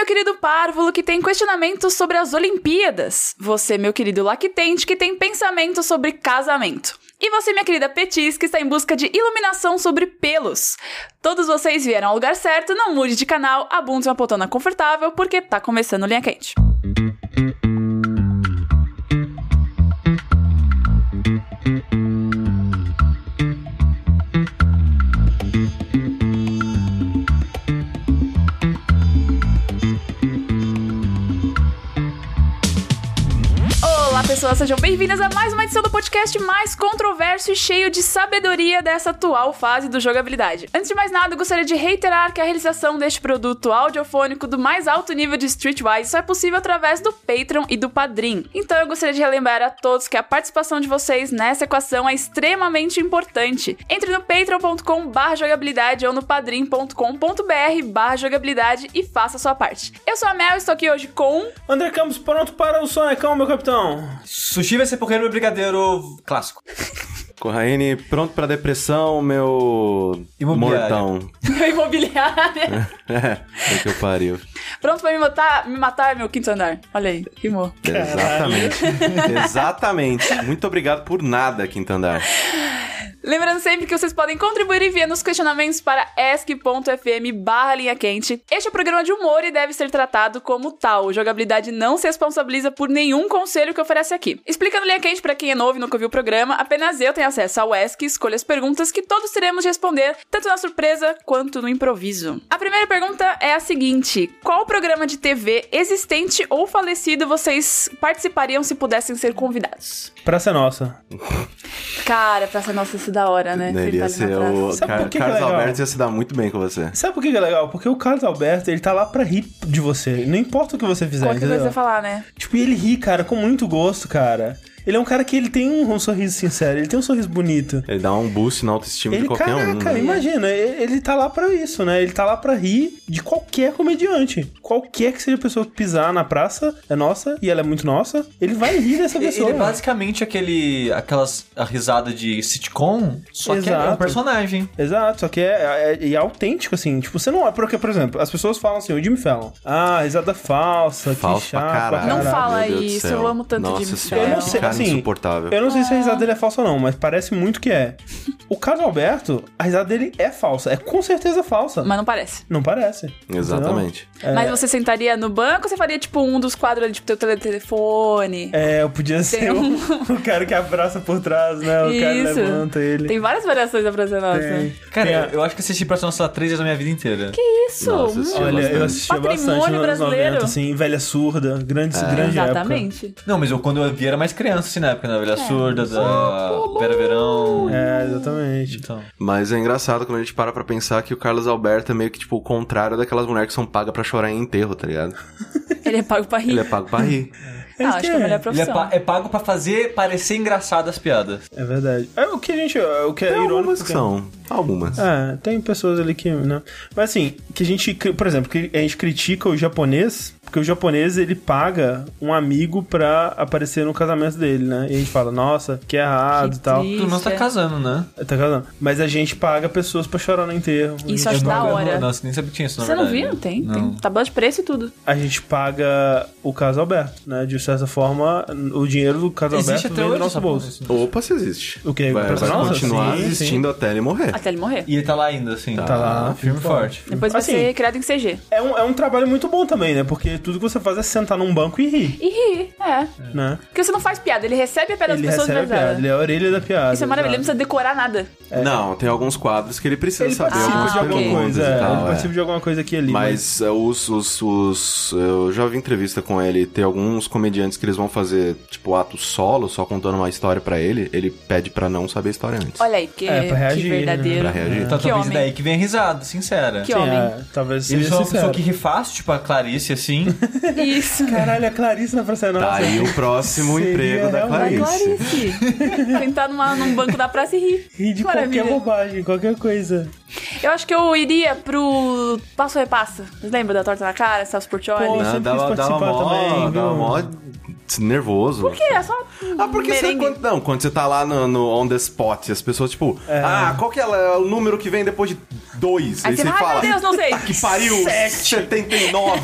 querido párvulo que tem questionamentos sobre as Olimpíadas. Você, meu querido lactente, que tem pensamento sobre casamento. E você, minha querida Petis, que está em busca de iluminação sobre pelos. Todos vocês vieram ao lugar certo, não mude de canal, abunde uma poltrona confortável, porque tá começando Linha Quente. Pessoas, sejam bem-vindas a mais uma edição do podcast mais controverso e cheio de sabedoria dessa atual fase do jogabilidade. Antes de mais nada, eu gostaria de reiterar que a realização deste produto audiofônico do mais alto nível de Streetwise só é possível através do Patreon e do Padrim. Então eu gostaria de relembrar a todos que a participação de vocês nessa equação é extremamente importante. Entre no patreon.com/jogabilidade ou no padrim.com.br/jogabilidade e faça a sua parte. Eu sou a Mel e estou aqui hoje com... André Campos, pronto para o sonecão, meu capitão. Sushi vai ser porreiro, meu brigadeiro clássico. Corraine, pronto pra depressão, meu... mortão. Meu imobiliário. É que eu pariu. Pronto pra me matar, meu quinto andar. Olha aí, rimou. Exatamente. Exatamente. Muito obrigado por nada, quinto andar. Lembrando sempre que vocês podem contribuir enviando os questionamentos para ask.fm/linha quente. Este é um programa de humor e deve ser tratado como tal. Jogabilidade não se responsabiliza por nenhum conselho que oferece aqui. Explicando Linha Quente para quem é novo e nunca ouviu o programa, apenas eu tenho acesso ao Ask e escolho as perguntas que todos teremos de responder, tanto na surpresa quanto no improviso. A primeira pergunta é a seguinte: qual programa de TV existente ou falecido vocês participariam se pudessem ser convidados? Praça Nossa. Cara, Praça Nossa ia ser da hora, né? Deveria ser o... Carlos Alberto ia se dar muito bem com você. Sabe por que é legal? Porque o Carlos Alberto, ele tá lá pra rir de você. Não importa o que você fizer, qualquer coisa você falar, né? Tipo, ele ri, cara, com muito gosto, cara. Ele é um cara que ele tem um sorriso sincero, ele tem um sorriso bonito. Ele dá um boost na autoestima de qualquer um. Né? Imagina, ele tá lá pra isso, né? Ele tá lá pra rir de qualquer comediante. Qualquer que seja a pessoa que pisar na praça, é nossa, e ela é muito nossa, ele vai rir dessa pessoa. Ele é basicamente a risada de sitcom, só que é um personagem. Exato, só que é autêntico, assim. Tipo, você não é... Porque, por exemplo, as pessoas falam assim, o Jimmy Fallon. Ah, risada falsa, falso que chato. Pra caralho. Não fala isso, eu amo tanto o Jimmy Fallon. Eu não sei, assim, insuportável. Eu não sei se a risada dele é falsa ou não, mas parece muito que é. O Carlos Alberto, a risada dele é falsa. É com certeza falsa. Mas não parece. Não parece. Exatamente. Mas você sentaria no banco ou você faria, tipo, um dos quadros ali, tipo, teu telefone? Eu podia ser o cara que abraça por trás, né? O cara levanta ele. Tem várias variações da Praça Nossa. Cara, eu acho que assisti Praça Nossa 3 vezes na minha vida inteira. Que isso? Olha, eu assistia bastante nos anos 90, assim, Velha Surda, grande exatamente. época. Não, mas quando eu vi era mais criança, assim, na época, na Velha Surda, da Vera Verão. Exatamente. Então. Mas é engraçado quando a gente para pra pensar que o Carlos Alberto é meio que, tipo, o contrário daquelas mulheres que são pagas pra chorar em enterro, tá ligado? Ele é pago pra rir. Ele é pago pra rir. Acho que é a melhor profissão. Ele é pago pra fazer parecer engraçado as piadas. É verdade. O que é irônico. Algumas que são. Algumas. Tem pessoas ali que, né? Mas assim, que a gente, por exemplo, que a gente critica o japonês, porque o japonês, ele paga um amigo pra aparecer no casamento dele, né? E a gente fala, nossa, que errado e tal. Pelo menos tá casando, né? Tá casando. Mas a gente paga pessoas pra chorar no enterro. Isso acho da hora. Nossa, nem sabia que tinha isso, na Você verdade. não viu? Tem tabela de preço e tudo. A gente paga o Carlos Alberto, né? De certa forma, o dinheiro do Carlos Alberto vem do nosso bolso. Opa, se existe. O quê? Vai continuar existindo até ele morrer. Até ele morrer. E ele tá lá ainda, assim. Tá lá, firme e forte. Depois vai ser criado em CG. É um trabalho muito bom também, né? Porque tudo que você faz é sentar num banco e rir. E rir, Né? Porque você não faz piada, ele recebe a piada das pessoas e recebe a piada, ele é a orelha da piada. Isso é maravilhoso, ele não precisa decorar nada. Não, tem alguns quadros que ele precisa saber algumas de alguma perguntas coisa, e tal. ele participa de alguma coisa aqui ali. Mas eu já vi entrevista com ele, tem alguns comediantes que eles vão fazer, tipo, ato solo, só contando uma história pra ele pede pra não saber a história antes. Olha aí, porque pra reagir, que verdadeiro. Né? Pra reagir. Então Que talvez homem. daí que vem a risada, sincera. Que homem. Talvez seja Ele só uma sincero. pessoa que ri fácil, tipo a Clarice, assim. Isso. Caralho, a Clarice na Praça Nossa. Tá aí o próximo Seria emprego da realmente. Clarice. Sentar num banco da praça e rir. Rir de Maravilha. qualquer bobagem, qualquer coisa. Eu acho que eu iria pro Passo Repassa. Vocês lembram da Torta na Cara, Celso Portiolli? Pô, Não, sempre dava quis participar também, dava viu? mó nervoso. Por quê? É só Porque merengue. quando você tá lá no on the spot, as pessoas, tipo, qual que é o número que vem depois de 2. Aí Aí você você fala, fala, ai meu Deus, não sei. que pariu, 79.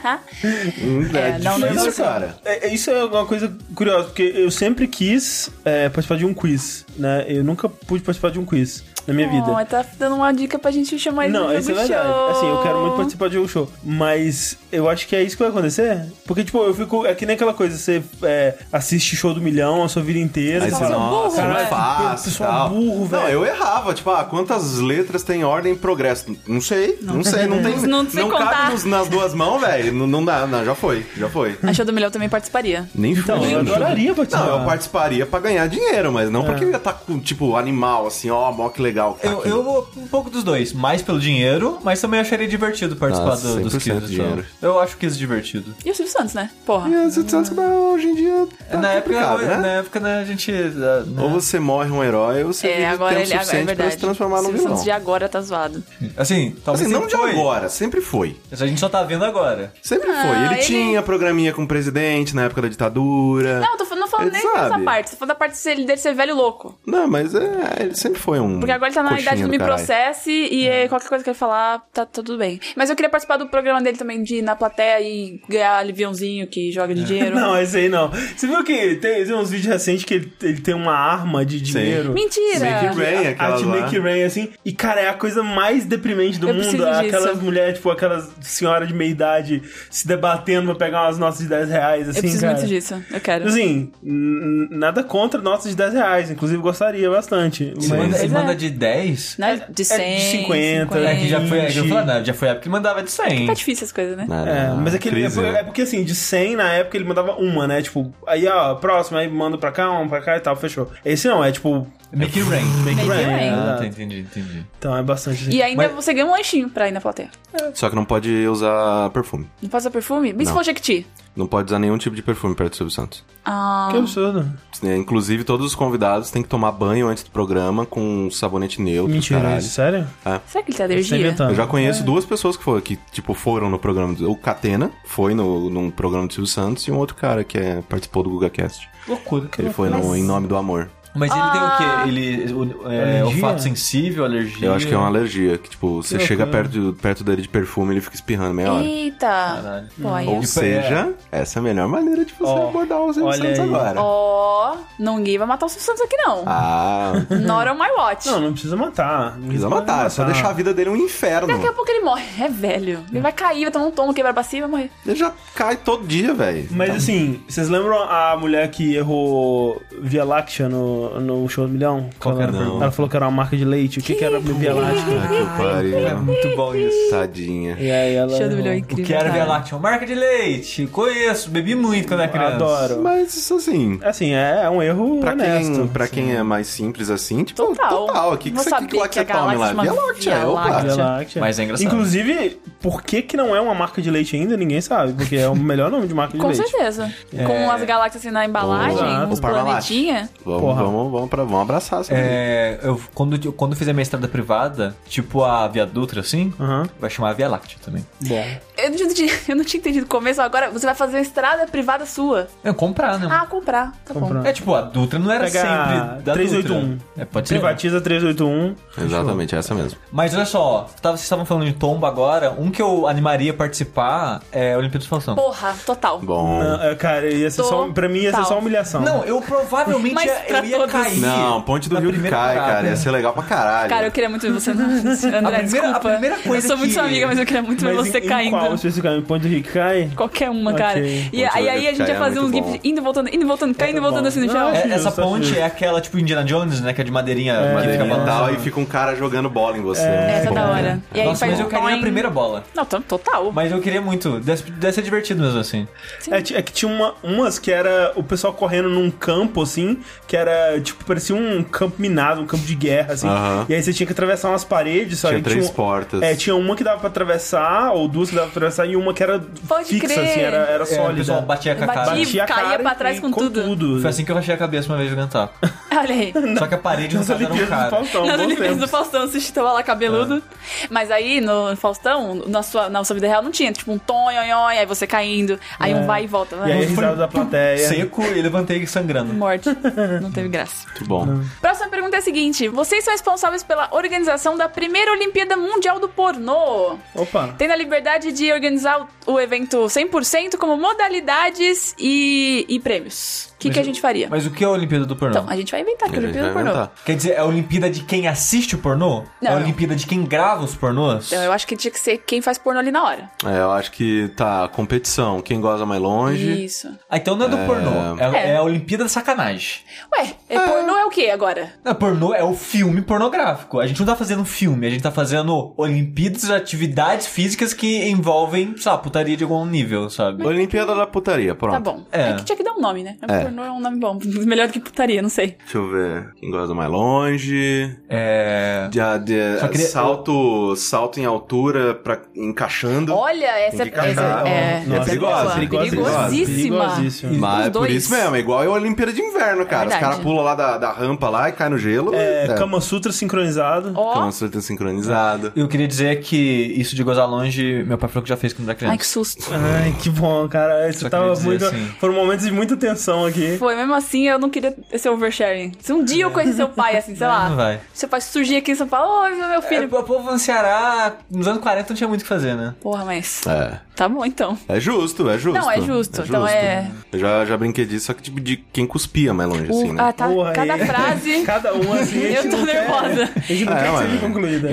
Não, difícil, cara. Isso é uma coisa curiosa, porque eu sempre quis participar de um quiz, né? Eu nunca pude participar de um quiz na minha vida. Mas tá dando uma dica pra gente chamar ele Não, no isso é jogo verdade. show. Assim, eu quero muito participar de jogo show. Mas eu acho que é isso que vai acontecer. Porque, tipo, eu fico... É que nem aquela coisa, você assiste Show do Milhão a sua vida inteira. Aí Você você, fala, nossa, caralho, muito fácil, pessoal tal. burro, velho. Não, eu errava, tipo, quantas letras tem ordem e progresso? Não sei, não tem. Não sei contar. Cabe nas duas mãos, velho. Não dá, não, já foi. A Show do Milhão também participaria. Nem Então, eu adoraria participar. Não, eu participaria pra ganhar dinheiro, mas não porque eu ia estar com, tipo, animal, assim, ó, mó que legal. Que tá aqui. Eu vou um pouco dos dois. Mais pelo dinheiro, mas também acharia divertido participar Nossa, dos 100% quizzes. dinheiro. Então. Eu acho que isso é divertido. E o Silvio Santos, né? Porra. E o Silvio Santos, hoje em dia, tá complicado, né? Na época, né, a gente... Ou você morre um herói, ou você vive Agora tempo ele é suficiente pra verdade. se transformar num Silvio vilão. Santos de agora tá zoado. Assim, talvez Assim, não de sempre foi. agora, sempre foi. A gente só tá vendo agora. Sempre foi. Ele ele- tinha programinha com o presidente na época da ditadura. Não, não falando Ele nem dessa sabe. parte. Tô falando da parte dele ser velho louco. Não, mas ele sempre foi um. Porque agora ele tá na coxinha idade do me caralho. processe e qualquer coisa que ele falar, tá tudo bem. Mas eu queria participar do programa dele também, de ir na plateia e ganhar aviãozinho que joga de dinheiro. Não, esse aí não. Você viu que tem uns vídeos recentes que ele tem uma arma de dinheiro? Mentira! Make it rain, A aquela de lá. Make It Rain, assim. E, cara, é a coisa mais deprimente do Eu mundo. preciso disso. Aquelas mulheres, tipo, aquelas senhoras de meia idade se debatendo pra pegar umas notas de 10 reais, assim, Eu preciso cara. muito disso. Eu quero. Assim, nada contra notas de 10 reais. Inclusive, gostaria bastante. Ele Mas... manda de 10? Não é de 100, de 50, É que já foi, é que eu 20. falei, não, já foi a época que mandava de 100. Tá difícil as coisas, né? Mas aquele, crise, né? é porque assim, de 100 na época ele mandava uma, né? Tipo, aí ó, próximo, aí manda pra cá, uma pra cá e tal, fechou. Esse não, é tipo. Make it rain. Make It Make It Rain. Rain. Ah, exato. tá, entendi. Então é bastante. E ainda Mas- você ganha um lanchinho pra ir na plateia. Só que não pode usar perfume. Não pode usar perfume? Mas se Não. for Jequiti? Não pode usar nenhum tipo de perfume perto do Silvio Santos. Ah, Que absurdo. Inclusive, todos os convidados têm que tomar banho antes do programa com sabonete neutro. Mentira, caralho. isso, sério? será que ele tem Você tá alergia? inventando. Eu já conheço duas pessoas que foram no programa. O Catena foi num programa do Silvio Santos e um outro cara que participou do GugaCast. Loucura. Ele foi no Em Nome do Amor. Mas ele tem o quê? Ele Alergia? olfato sensível, alergia? Eu acho que é uma alergia, que tipo, você Que chega loucura. perto dele de perfume e ele fica espirrando meia hora. Eita! Caralho. Pô, aí Ou é- seja, essa é a melhor maneira de você Ó, abordar o Silvio olha Santos aí. agora. Ó, ninguém vai matar o Silvio Santos aqui, não. Ah, Not on my watch. Não precisa matar. Não precisa matar, é só deixar a vida dele um inferno. Daqui a pouco ele morre. É velho. Ele vai cair, vai tomar um tombo, quebrar a bacia e vai morrer. Ele já cai todo dia, velho. Mas assim, vocês lembram a mulher que errou Via Láctea no show do milhão? Qual que era? Não. Ela falou que era uma marca de leite. O que era Via Láctea? Que pariu. É muito bom isso. Tadinha. E aí ela... Show do milhão é O incrível. que era cara. Via Láctea? Marca de leite. Conheço, bebi muito quando era criança. Adoro. Mas isso assim, Assim, é um erro honesto. pra quem é mais simples assim, tipo, Total. total. O que Não você sabia que você que a tome lá? Galáxia Via chama Láctea, Via opa. Láctea. Via Láctea. Mas é engraçado. Inclusive, por que não é uma marca de leite ainda, ninguém sabe. Porque é o melhor nome de marca de Com leite. certeza. Com as galáxias assim na embalagem, Exato. uns O Parmalat. planetinha. Porra. Vamos abraçar essa Eu, quando fizer minha estrada privada, tipo a Via Dutra, assim, Aham. vai chamar Via Láctea também. Bom. Eu não tinha entendido o começo, agora você vai fazer uma estrada privada sua. É comprar, né? Ah, comprar. Tá bom. Comprar. É tipo, a Dutra não era Pega sempre da 381. Dutra. É, pode ser. Privatiza 381. Exatamente, essa mesmo. Mas olha só, vocês estavam falando de tomba agora, um que eu animaria participar é a Olimpíada de Faustão. Porra, total. Bom. Não, cara, ia ser só, pra mim ia ser só humilhação. Não, eu provavelmente Mas pra eu ia todos. cair. Não, Ponte do na Rio que primeira cai, parada. cara. Ia ser legal pra caralho. Cara, eu queria muito ver você. André, desculpa. a primeira coisa eu sou muito que- sua amiga, mas eu queria muito ver Mas você em caindo. qual especificamente? Ponte do Rio que cai? Qualquer uma, Ok. cara. E Ponte do aí Rio a gente que ia cai é fazer uns muito gifs de indo e voltando, caindo e voltando assim no chão. Não, Essa justo, ponte justo. é aquela tipo Indiana Jones, né? Que é de madeirinha. que fica Madeirinha e balançando. tal, e fica um cara jogando bola em você. Essa é Bom. da hora. E aí Nossa, faz mas eu queria a toing. primeira bola. Não, total. Mas eu queria muito. Deve ser divertido mesmo assim. É que tinha umas que era o pessoal correndo num campo, assim, que era, tipo, parecia um campo minado, um campo de guerra, assim. Aham. E aí você tinha que atravessar umas paredes, sabe? Tinha 3 portas. Tinha uma que dava pra atravessar, ou duas que dava pra atravessar, e uma que era Pode fixa, crer. assim, era É, o pessoal sólida. batia com a cara. Batia. Batia a caía cara pra trás e com tudo. Foi assim que eu rachei a cabeça uma vez jogando taco. Olha aí. Só que a parede no Nas caso era um Olimpíadas do cara. Faustão, Nas bons Olimpíadas do tempos. Faustão, você tava lá cabeludo. Mas aí, no Faustão, na sua vida real, não tinha. Tipo, um tom, nhonhon, aí você caindo. Aí um vai e volta. E aí a risada da plateia. Seco e levantei sangrando. Morte. Não teve graça. Muito bom. Próxima pergunta é a seguinte. Vocês são responsáveis pela organização da primeira Olimpíada Mundial do Pornô. Opa. Tendo a liberdade de organizar o evento 100% como modalidades e prêmios. O que a gente faria? Mas o que é a Olimpíada do Pornô? Então, a gente vai inventar que é a A gente Olimpíada vai do Pornô. inventar. Quer dizer, é a Olimpíada de quem assiste o pornô? Não, É a não. Olimpíada de quem grava os pornôs? Então, eu acho que tinha que ser quem faz pornô ali na hora. Eu acho que tá competição. Quem goza mais longe. Isso. Ah, então não é do pornô. É a Olimpíada da sacanagem. Ué, pornô é o que agora? Não, pornô é o filme pornográfico. A gente não tá fazendo um filme, a gente tá fazendo Olimpíadas de atividades físicas que envolvem, sei lá, putaria de algum nível, sabe? Olimpíada da putaria, pronto. Tá bom. É. É que tinha que dar um nome, né? Pornô é um nome bom. Melhor do que putaria, não sei. Deixa eu ver. Quem goza mais longe. Só queria- Salto em altura encaixando. Olha, essa Tem que encaixar. Nossa, perigosa, Perigosíssima. Perigosíssima. Mas Os é por dois. isso mesmo, é igual a Olimpíada de Inverno, cara. Os Verdade. caras pulam lá da rampa lá e caem no gelo. Kama Sutra sincronizado. Ó, Kama Sutra sincronizado. Eu queria dizer que isso de gozar longe, meu pai falou que já fez quando era criança. ai, que susto. Ai, que bom, cara. Isso Só tava queria dizer muito. assim. Foram momentos de muita tensão aqui. Foi, mesmo assim, eu não queria esse oversharing. Se um dia eu conhecer seu pai, assim, sei lá. Não vai. Seu pai surgir aqui em São Paulo, ô, meu filho. O povo no Ceará, nos anos 40, não tinha muito o que fazer, né? Porra, mas... É. Tá bom, então. É justo, é justo. Não, é justo. Então é... Eu já brinquei disso, só que tipo de quem cuspia mais longe, assim, né? Ah, tá. Porra, Cada aí. frase... Cada um assim. a gente Eu tô não quer- nervosa. A gente não quer que mano, seja concluída. Eu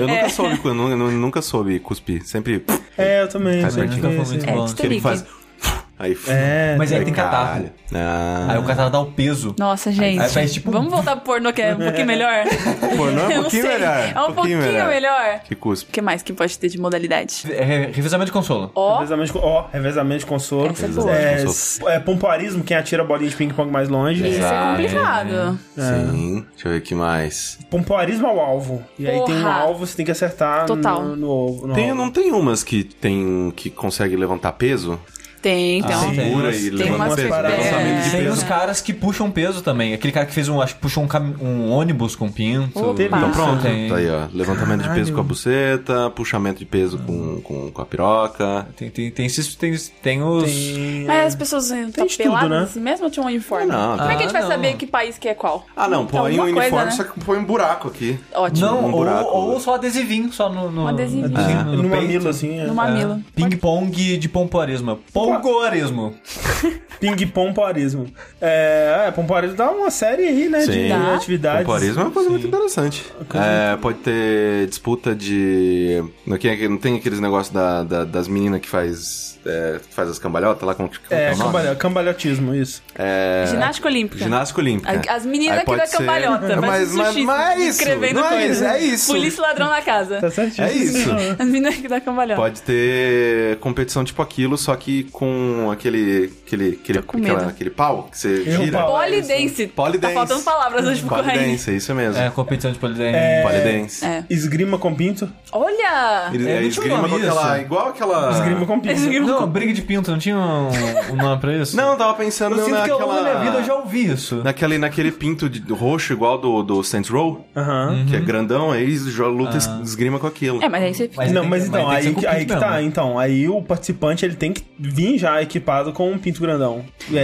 nunca soube cuspir. Sempre Eu também. Faz sempre certinho. foi Foi muito assim. bom. aquele que faz... Aí... Mas aí Ai, tem catarro. caralho. Ah. Aí o catarro dá o peso. Nossa, gente. Aí faz tipo- Vamos voltar pro pornô, que é um pouquinho melhor? Pornô é um Eu não pouquinho sei. melhor. É um pouquinho melhor. Que cuspe. O que mais que pode ter de modalidade? É revezamento de consolo. Ó, Revezamento de consolo. Essa é boa. Pompoarismo, quem atira a bolinha de ping-pong mais longe. isso é complicado. Sim. Deixa eu ver o que mais. Pompoarismo ao alvo. E aí tem um Porra. alvo, você tem que acertar Total. no alvo. Não tem umas que consegue levantar peso? Tem, então. sim. Segura e Tem levanta umas peso. paradas Levantamento de Tem peso. os caras que puxam peso também. Aquele cara que fez acho que puxou um ônibus com pinto. Opa. Então pronto, Tem. tá aí, ó. Levantamento de peso com a buceta, puxamento de peso com a piroca. Tem esses. Tem os. Mas as pessoas estão de tudo, peladas né? assim mesmo ou tinha um uniforme? Não, Como é que a gente vai não. saber que país que é qual? Ah, não, Então, põe um alguma coisa, uniforme, né? só que põe um buraco aqui. Ótimo. Não, Um buraco. ou só adesivinho, só no Um adesivinho. assim, No peito. mamilo, assim. No mamilo. Ping-pong de pompoarismo. Pongoarismo. Ping-pompoarismo. Pompoarismo dá uma série aí, né? Sim. De Dá. atividades. Pompoarismo é uma coisa muito interessante. Pode ter disputa de... Não tem aqueles negócios das meninas que faz as cambalhotas lá, como que é o nome? Cambalhotismo, isso. Ginástica olímpica. Ginástica olímpica. As meninas Aí aqui da pode ser- cambalhota, mas sushi é isso, escrevendo não é coisa. isso, é isso. Polícia e ladrão na casa. Tá certinho. É isso. As meninas aqui da cambalhota. Pode ter competição tipo aquilo, só que com aquele com medo. aquele pau que você Eu gira. pau. Polidense. Polidense. Tá faltando palavras hoje pro Correio. Polidense, isso mesmo. É, competição de polidense. Polidense. É. Esgrima com pinto. Olha! Ele não tinha esgrima nome com aquela... isso? Igual aquela... Esgrima com pinto. Não, briga de pinto, não tinha um nome pra isso? Não, eu tava pensando Eu sinto que ao longo da minha vida eu já naquela... ouvi isso. Naquele pinto roxo igual do Saints Row, Aham. que é grandão, aí luta esgrima com aquilo. É, mas aí você fica... Mas Não, tem mas que- então, mas tem aí que ser com que pinto tá. mesmo. Então, aí o participante, ele tem que vir já equipado com um pinto grandão.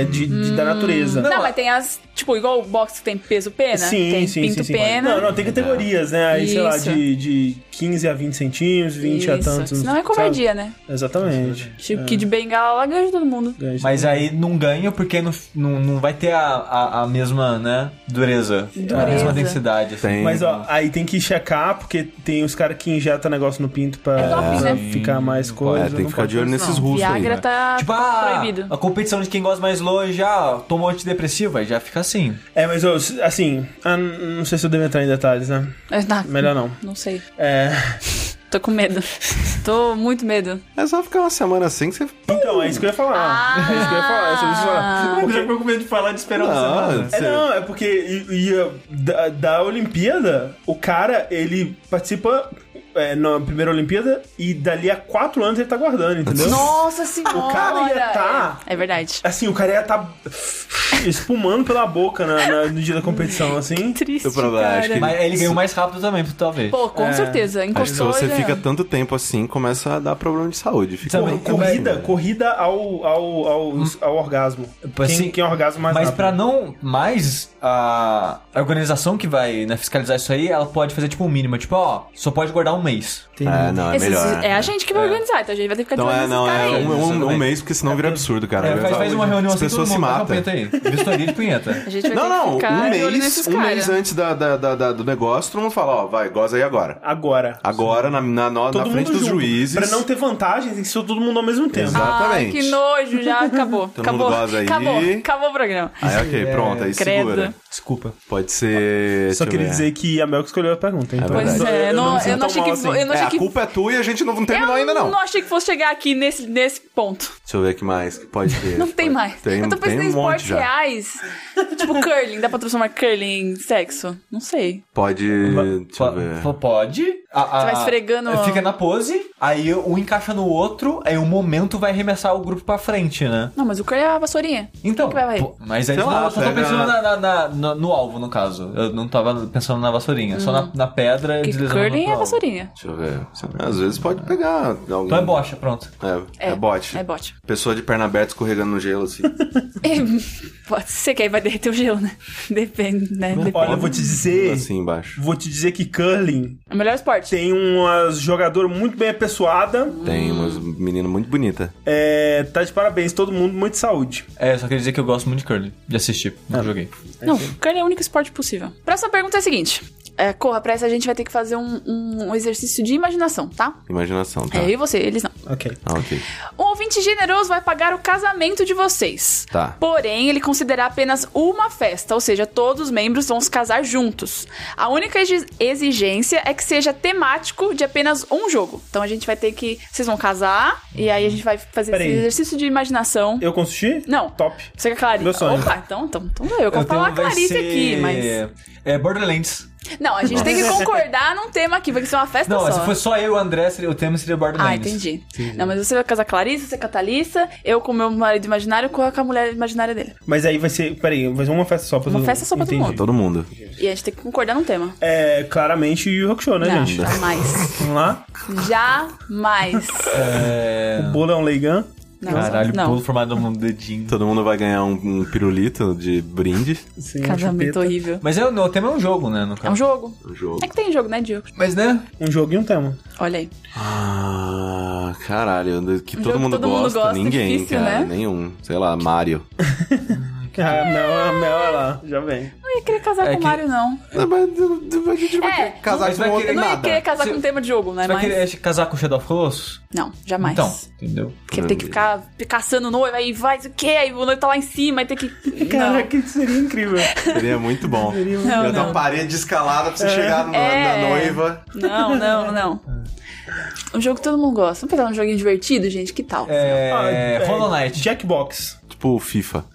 Da natureza. Não, mas tem as... Tipo, igual o boxe que tem peso pena. Sim, tem sim, pinto sim. pena. Não, tem categorias, né? Aí, sei lá, Isso. de 15 a 20 centímetros, 20 a Isso. tantos. Senão é covardia, né? sabe? Exatamente. Tipo, Kid Bengala lá ganha de todo mundo. Mas aí não ganha porque não vai ter a mesma, né, dureza. A Dureza. mesma densidade. Assim. Tem. Mas, ó, aí tem que checar, porque tem os caras que injetam negócio no pinto pra É doping, né? ficar mais coisa. tem que não ficar pode de olho fazer isso, nesses não. russos aí. Viagra Né? tá Tipo, proibido. a competição de quem gosta mais longe, tomou antidepressivo, aí já fica assim. Mas, ó, assim, não sei se eu devo entrar em detalhes, né? Melhor não. Não sei. É... Tô com medo. Tô muito medo. É só ficar uma semana assim que você... Então, é isso que eu ia falar. É isso que eu ia falar. É sobre isso que eu ia falar. Eu já fico com medo de falar de esperar uma Não, semana. É porque da Olimpíada, o cara, ele participa na primeira Olimpíada e dali a 4 anos ele tá guardando, entendeu? Nossa senhora! O cara ia tá... É verdade. Assim, o cara ia tá espumando pela boca no dia da competição, assim. Triste, acho que- Mas ele ganhou mais rápido também, talvez. Pô, com certeza. Acho que se Encostou você já. fica tanto tempo assim, começa a dar problema de saúde. Fica Também. Corrida ao orgasmo. Assim, Quem orgasma mais Mas rápido. pra não mais, a organização que vai, né, fiscalizar isso aí, ela pode fazer tipo um mínimo, tipo, ó, só pode guardar um mês. Não, é melhor. É a gente que vai organizar, então a gente vai ter que ficar de Então olho nesses caras aí. um mês, porque senão vira absurdo, cara. Faz uma reunião As assim, todo pessoas se mundo taca matam. punheta aí. Vistoria de punheta. A gente vai ter que Não, ficar de olho nesses um caras. mês antes do negócio, todo mundo fala, ó, vai, goza aí agora. Agora. Agora, na Todo frente mundo dos junto. juízes. Pra não ter vantagem, tem que ser todo mundo ao mesmo tempo. Exato. Ai, Exatamente. que nojo, já acabou. Todo mundo goza aí. Acabou o programa. Aí, ok, pronto, aí Credo. segura. Desculpa. Pode ser... Só deixa eu queria ver. dizer que a Mel que escolheu a pergunta. Então Pois é, eu não achei que... Eu não achei A que... culpa é tua e a gente não terminou ainda, não. Eu não achei que fosse chegar aqui nesse ponto. Deixa eu ver o que mais que pode ter. Não tem mais. Eu tô pensando em esportes já. reais. Tipo curling. Dá pra transformar curling em sexo? Não sei. Pode... Deixa eu ver. Pode. Você vai esfregando... Fica na pose, aí um encaixa no outro, aí o momento vai arremessar o grupo pra frente, né? Não, mas o curling é a vassourinha. Então, que vai varrer? mas aí Sei lá, eu só tô pega- pensando no alvo, no caso. Eu não tava pensando na vassourinha. Só na pedra, Porque deslizando curling pro é a alvo. vassourinha. Deixa eu ver. Às vezes pode pegar alguém. Então é bocha, pronto. É bote. É bote. Pessoa de perna aberta escorregando no gelo, assim. Pode ser que aí vai derreter o gelo, né? Depende, né? Depende. Olha, eu vou te dizer... Assim embaixo. Vou te dizer que curling É o melhor esporte. tem uma jogadora muito bem apessoada. Tem umas meninas muito bonitas. Tá de parabéns, todo mundo, muita saúde. Só queria dizer que eu gosto muito de curling. De assistir, não joguei. Não, curling é o único esporte possível. Próxima pergunta é a seguinte. Corra, pra essa a gente vai ter que fazer um exercício de imaginação, tá? Imaginação, tá? Eu e você, eles não. Ok. Ok. Um ouvinte generoso vai pagar o casamento de vocês. Tá. Porém, ele considera apenas uma festa, ou seja, todos os membros vão se casar juntos. A única exigência é que seja temático de apenas um jogo. Então a gente vai ter que... Vocês vão casar e aí a gente vai fazer Peraí. esse exercício de imaginação. Eu consisti? Não. Top. Você quer a Clarice? Meu sonho. Opa, então eu vou falar a Clarice aqui, mas... Borderlands. Não, a gente tem que concordar num tema aqui, vai ser uma festa Não, só. se fosse só eu e o André, o tema seria Borderlands. Entendi. Não, mas você vai casar com a Clarice, você com a Thalissa, eu com o meu marido imaginário, com a mulher imaginária dele. Mas aí vai ser... Peraí, vai ser uma festa só pra todo mundo. Uma festa só pra todo Entendi. mundo. Todo mundo. E a gente tem que concordar num tema. Claramente o Rock Show, né, Não, gente? jamais. Vamos lá? Jamais. O bolo é um leigão. Não, Caralho, não. pulo formado num dedinho. Todo mundo vai ganhar um pirulito de brinde. Sim, uma Casamento chupeta. horrível. Mas o tema é um jogo, né? No caso. É um jogo. Um jogo. É que tem jogo, né, Diogo? Mas, né? Um jogo e um tema. Olha aí. Caralho, que Um todo jogo mundo que todo mundo gosta. gosta, Ninguém, difícil, cara. né? Nenhum. Sei lá, Mario. A Mel é lá, já vem. Não ia querer casar com o que- Mario, não. Não, mas a gente não vai É, querer casar mas com vai outro Eu não ia nada. querer casar Você- com tema de jogo, né? Você vai Mas... querer casar com o Shadow of Colossus? Não, jamais. Então, entendeu? Porque tem que ficar caçando noiva, aí vai, o quê? Aí o noivo tá lá em cima, aí tem que... Caraca, isso seria incrível. Seria muito bom. Não, Eu dar não. uma parede escalada pra você chegar na noiva. Não. Um jogo que todo mundo gosta. Vamos pegar um joguinho divertido, gente? Que tal? Hollow Knight. Jackbox. Tipo FIFA.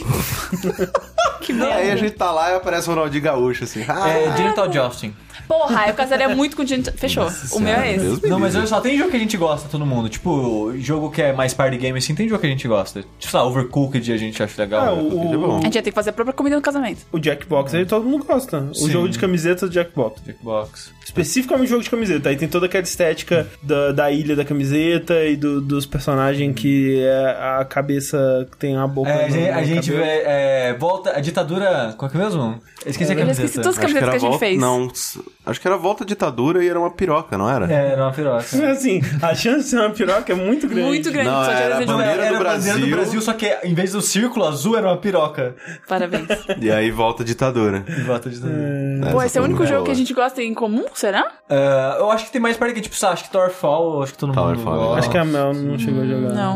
Que Aí merda. a gente tá lá e aparece o Ronaldinho Gaúcho, assim. Genital Jousting. Porra, eu casaria muito com gente... Fechou. O meu é esse. Deus me Não, mas livre. olha só, tem jogo que a gente gosta, todo mundo. Tipo, jogo que é mais party game, assim, tem jogo que a gente gosta. Tipo, sei lá, Overcooked a gente acha legal. Overcooked é bom. A gente ia ter que fazer a própria comida no casamento. O Jackbox aí todo mundo gosta. O Sim. jogo de camiseta do Jackbox. Jackbox. Especificamente jogo de camiseta. Aí tem toda aquela estética da ilha da camiseta e dos personagens que é a cabeça que tem a boca. A gente volta. A ditadura. Qual que é mesmo? Eu esqueci a Eu já camiseta. esqueci todas as Acho que camisetas era que a gente volta... fez. Não, acho que era volta à ditadura e era uma piroca, não era? Era uma piroca. Assim, a chance de ser uma piroca é muito grande. Muito grande. Não, só tinha era desenho de bandeira mulher. do a bandeira do Brasil. Brasil, só que em vez do círculo azul era uma piroca. Parabéns. E aí volta à ditadura. E volta a ditadura. Pô, Essa esse é o foi único muito jogo que a boa. gente gosta em comum, será? Eu acho que tem mais party game, tipo, acho que Towerfall, acho que todo mundo Towerfall, gosta. Acho que a Mel não chegou a jogar. Não.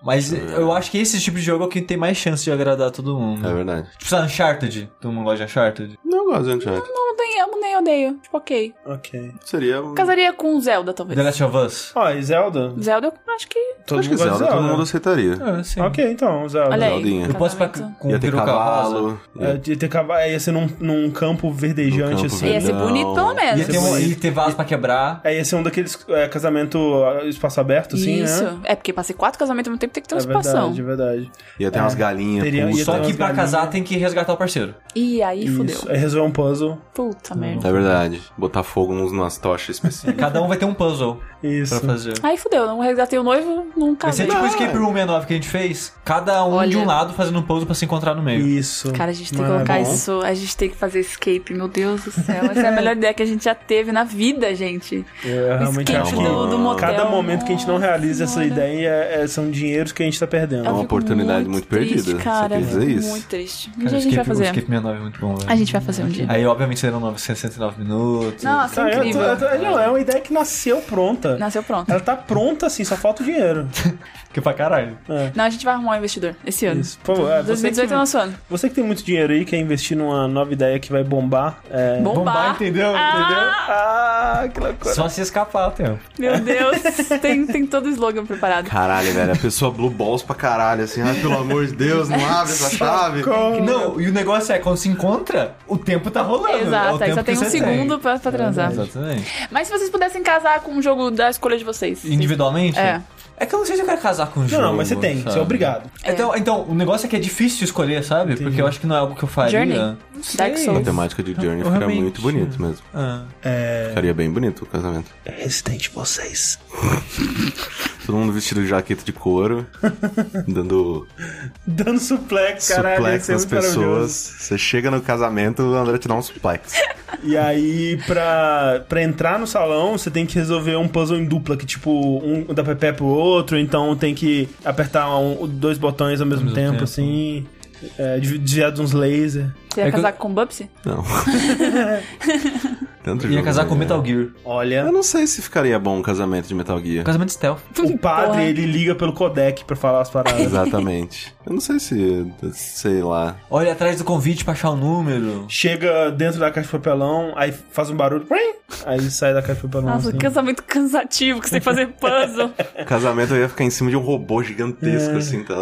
Mas eu acho que esse tipo de jogo é o que tem mais chance de agradar todo mundo. É verdade. Tipo, sabe, Uncharted? Todo mundo gosta de Uncharted? Não gosto de Uncharted. Não nem amo, nem odeio. Tipo, ok. Ok. Seria... Casaria com Zelda, talvez. The Last of Us? Ó, e Zelda? Zelda, eu acho que... Todo Acho que mundo gosta de Zelda todo mundo aceitaria. Sim. Ok, então, Zelda. Olha aí. Zeldinha. Eu posso casamento. com Ia ter peruca cavalo. rosa. Ia ter cavalo, ia ser num campo verdejante, Num campo assim. Ia ser Não. bonito, pelo menos. Ia ter, ia ter vaso pra quebrar. Aí ia ser um daqueles casamento espaço aberto, assim, Isso. né? É porque pra ser 4 casamentos ao mesmo tempo tem que ter um É espação. verdade, é verdade. Ia ter umas galinhas. Teria- pulso. ia Só ter que umas pra galinhas. casar tem que resgatar o parceiro. E aí fudeu. Isso. Aí resolver um puzzle. Puta merda. É verdade. Botar fogo nas tochas específicas. Cada um vai ter um puzzle Isso. pra fazer. Aí fudeu, não resgatei o noivo, não Vai ser casei. tipo o Escape Room 69 que a gente fez. Cada um Olha. de um lado fazendo um puzzle pra se encontrar no meio. Isso. Cara, a gente tem que Mas é colocar bom. isso, a gente tem que fazer escape, meu Deus do céu. Essa é a melhor ideia que a gente já teve na vida, gente. Eu realmente Escape acho que do motel. cada momento que a gente não realiza essa Senhora. ideia são dinheiros que a gente tá perdendo. É uma Eu fico oportunidade muito triste, perdida, você cara. quer dizer isso? Muito triste. Um Cara, dia a gente vai o fazer. Escape 69 é muito bom, velho. A gente vai fazer um dia. Aí, obviamente, serão 969 minutos. Nossa, Tá, incrível. não, é uma ideia que nasceu pronta. Nasceu pronto. Ela tá pronta, assim, só falta o dinheiro. Que pra caralho. Não, a gente vai arrumar um investidor esse ano. Isso. Pô, você, 2018 é que, nosso ano. você que tem muito dinheiro aí, quer investir numa nova ideia que vai bombar. Bombar. entendeu? Ah, que loucura. Só se escapar o tempo. Meu Deus, tem todo o slogan preparado. Caralho, velho. A pessoa blue balls pra caralho, assim. Ai, pelo amor de Deus, não abre essa chave. Não, e o negócio é, quando se encontra, o tempo tá rolando. É o Exato, aí tempo só tem que um você segundo pra transar. Exatamente. Mas se vocês pudessem casar com um jogo da escolha de vocês. Individualmente? É. É que eu não sei se eu quero casar com um jogo. Não, mas você tem, sabe? você é obrigado. Então, o negócio é que é difícil escolher, sabe? Porque eu acho que não é algo que eu faria. Journey? Não sei. Dark Souls. A temática de Journey Eu fica realmente- muito bonito mesmo. Ah. Ficaria bem bonito o casamento. Resistente vocês. Todo mundo vestido de jaqueta de couro, dando Dando suplex, caralho. suplex isso é nas muito maravilhoso. pessoas. Você chega no casamento, o André te dá um suplex. E aí, pra entrar no salão, você tem que resolver um puzzle em dupla, que tipo, um dá pé pro outro, então tem que apertar dois botões ao mesmo tempo, assim. Desviar de uns lasers. Você ia É que casar com o Bubsy? Não. Tanto Ia jogo, casar com né? Metal Gear. Olha, Eu não sei se ficaria bom um casamento de Metal Gear. Casamento stealth. o padre, Porra. ele liga pelo codec pra falar as paradas. Exatamente. Eu não sei se... Sei lá. Olha atrás do convite pra achar o número. Chega dentro da caixa de papelão, aí faz um barulho, aí sai da caixa de papelão, Nossa, assim. casamento cansativo, que você tem que fazer puzzle. Casamento eu ia ficar em cima de um robô gigantesco, assim, tá?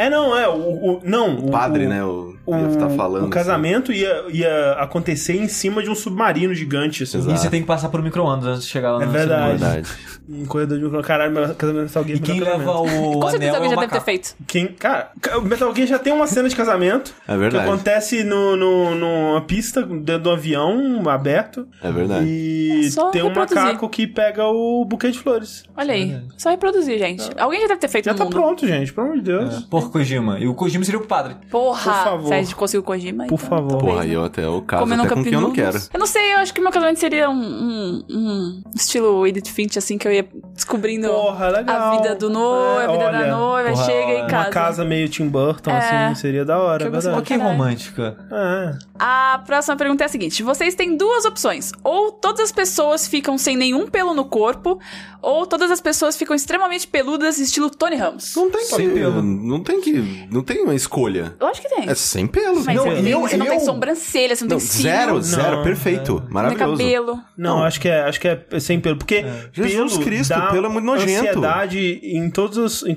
O O padre, né? Ia estar falando. O casamento ia acontecer em cima de um submarino gigante, assim. Exato. E você tem que passar por micro-ondas antes de chegar lá É no verdade. celular. Verdade. Um corredor de caralho, meu casamento Metal Gear. E quem melhor leva casamento. o Com certeza anel alguém é já o deve ter macaco. feito. Cara, o Metal Gear já tem uma cena de casamento. É verdade. Que acontece numa pista, dentro do avião aberto. É verdade. E É só tem um reproduzir. macaco que pega o buquê de flores. Olha aí, só reproduzir, gente. Alguém já deve ter feito Já no tá mundo. pronto, gente, pelo amor de Deus. Porra, Kojima. E o Kojima seria o padre. Porra, Por favor. se a gente conseguiu o Kojima, Por então, favor. talvez, Porra, né? aí eu até o caso Comendo até com quem eu não cup noodles. quero. Eu não sei, eu acho que meu casamento seria um estilo Edith Finch, assim, que eu ia descobrindo Porra, legal. a vida do noivo, a vida da olha, noiva, porra, chega em Uma casa. casa meio Tim Burton, assim, seria da hora, Que é eu gosto verdade. Que Caralho. romântica. É. A próxima pergunta é a seguinte: vocês têm duas opções. Ou todas as pessoas ficam sem nenhum pelo no corpo, ou todas as pessoas ficam extremamente peludas, estilo Tony Ramos. Não tem Sem que... pelo. Não tem uma escolha. Lógico que tem. É sem pelo. Mas Não, você não tem sobrancelha, você não, Não, tem cílio, zero, perfeito. não tem Maravilhoso. cabelo. Não, acho que é sem pelo. Porque Jesus pelo Cristo, dá pelo é muito nojento. ansiedade em todos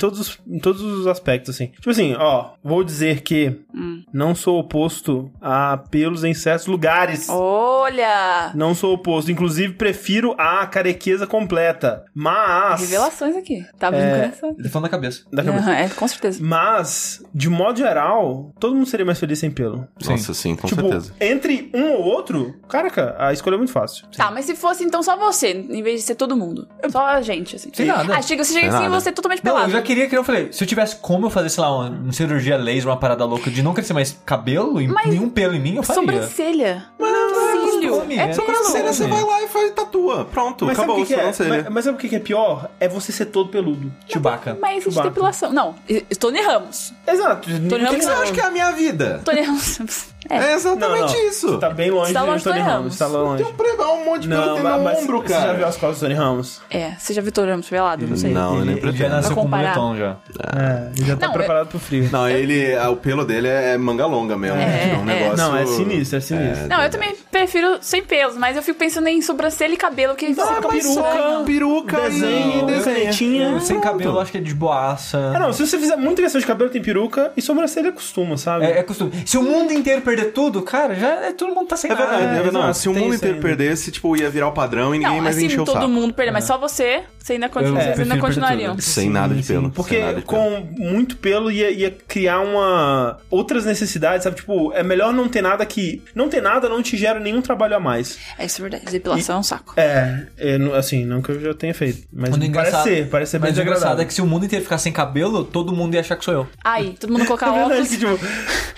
os aspectos, assim. Tipo assim, ó, vou dizer que não sou oposto a pelos em certos lugares. Olha! Não sou oposto. Inclusive, prefiro a carequeza completa. Mas... Revelações aqui. Tá abrindo o coração. Ele falou na cabeça. Da cabeça. É, com certeza. Mas, de modo geral, todo mundo seria mais feliz sem pelo. Nossa, sim, com tipo, certeza. entre um ou outro, caraca, a escolha é muito fácil. Tá, mas se fosse então só você, em vez de ser todo mundo. Só a gente, assim. Sem nada. Ah, você chega Sem assim e nada. você é totalmente Não, pelado. eu já queria que eu falei, se eu tivesse como eu fazer, sei lá, uma cirurgia laser, uma parada louca de não crescer mais cabelo e nenhum pelo em mim, eu faria. Sobrancelha. Cílio. costume, É é Sobrancelha, pelo. você vai lá e faz tatua. Pronto, Mas acabou sabe o que a que é? sobrancelha. Mas sabe o que é pior? É você ser todo peludo. Chewbacca. Mas existe Chewbacca. depilação. Não, Tony Ramos. Exato. Tony Ramos O que você acha que é a minha vida? Tony Ramos. É exatamente isso. Você tá bem longe do Tony Ramos. Você tá longe. Tem um monte de pelo no ombro, cara. Você já viu as costas do Tony Ramos? Você já viu o Tony Ramos pelado? Não sei. Não, Ele já nasceu com moletom já. Ele já tá preparado pro frio. Não, o pelo dele é manga longa mesmo. É um negócio... Não, é sinistro. Não, eu também prefiro sem pelos, mas eu fico pensando em sobrancelha e cabelo, que peruca, desenho, canetinha. Sem cabelo, eu acho que é de boaça. Não, se você fizer muita questão de cabelo, tem peruca, e sobrancelha costuma, sabe? É costume. Se o mundo inteiro perder tudo, cara, todo mundo tá sem nada. É verdade. Não, se o mundo inteiro perdesse, tipo, ia virar o padrão e ninguém mais encheu o saco. Todo mundo perder, mas só você ainda continuariam. Sem nada de pelo. Porque com muito pelo ia criar outras necessidades, sabe? Tipo, é melhor não ter nada que... Não ter nada não te gera nenhum trabalho a mais. Isso é verdade. Depilação é um saco. Assim, não que eu já tenha feito. Mas parece ser bem Mas o engraçado é que se o mundo inteiro ficar sem cabelo, todo mundo ia achar que sou eu. Aí, todo mundo colocar óculos. Que, tipo,